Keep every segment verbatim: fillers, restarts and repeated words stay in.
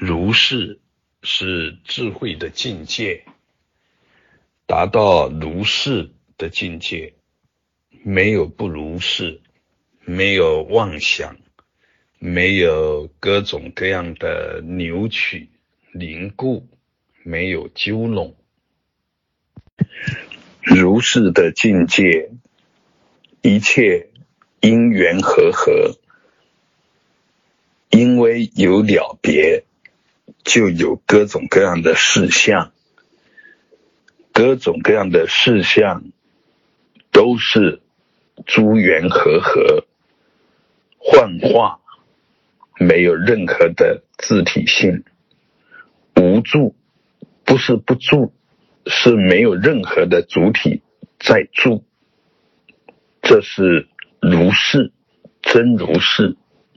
如是是智慧的境界，达到如是的境界，没有不如是，没有妄想，没有各种各样的扭曲凝固，没有纠拢。如是的境界，一切因缘和合，因为有了别，就有各种各样的事项，各种各样的事项都是诸缘和合，幻化，没有任何的自体性，无住，不是不住，是没有任何的主体在住，这是如是，真如是。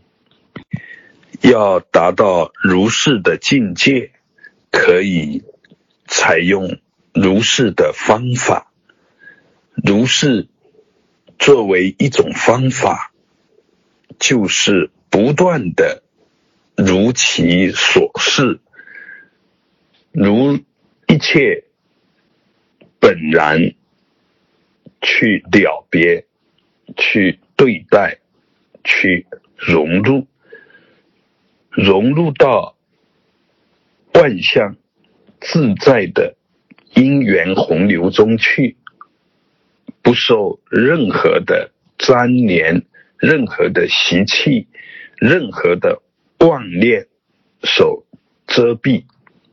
要达到如是的境界，可以采用如是的方法。如是作为一种方法，就是不断的如其所是，如一切本然去了别，去对待，去融入，融入到万象自在的因缘洪流中去，不受任何的粘连，任何的习气，任何的妄念所遮蔽。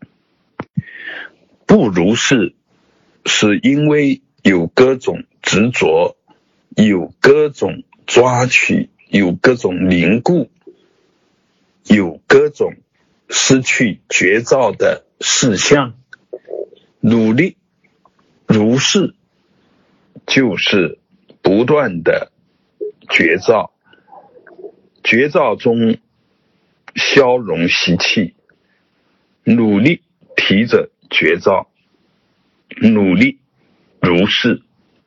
不如是，是因为有各种执着，有各种抓取，有各种凝固，有各种失去觉照的事项。努力如是，就是不断的觉照，觉照中消融习气，努力提着觉照，努力如是。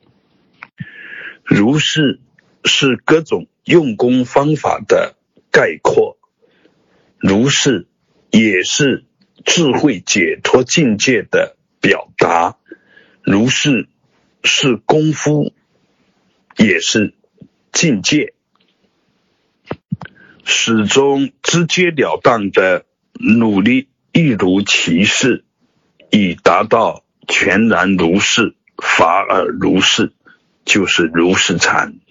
如是是各种用功方法的概括，如是也是智慧解脱境界的表达，如是是功夫，也是境界。始终直截了当的努力一如其事，以达到全然如是，法尔如是，就是如是禅。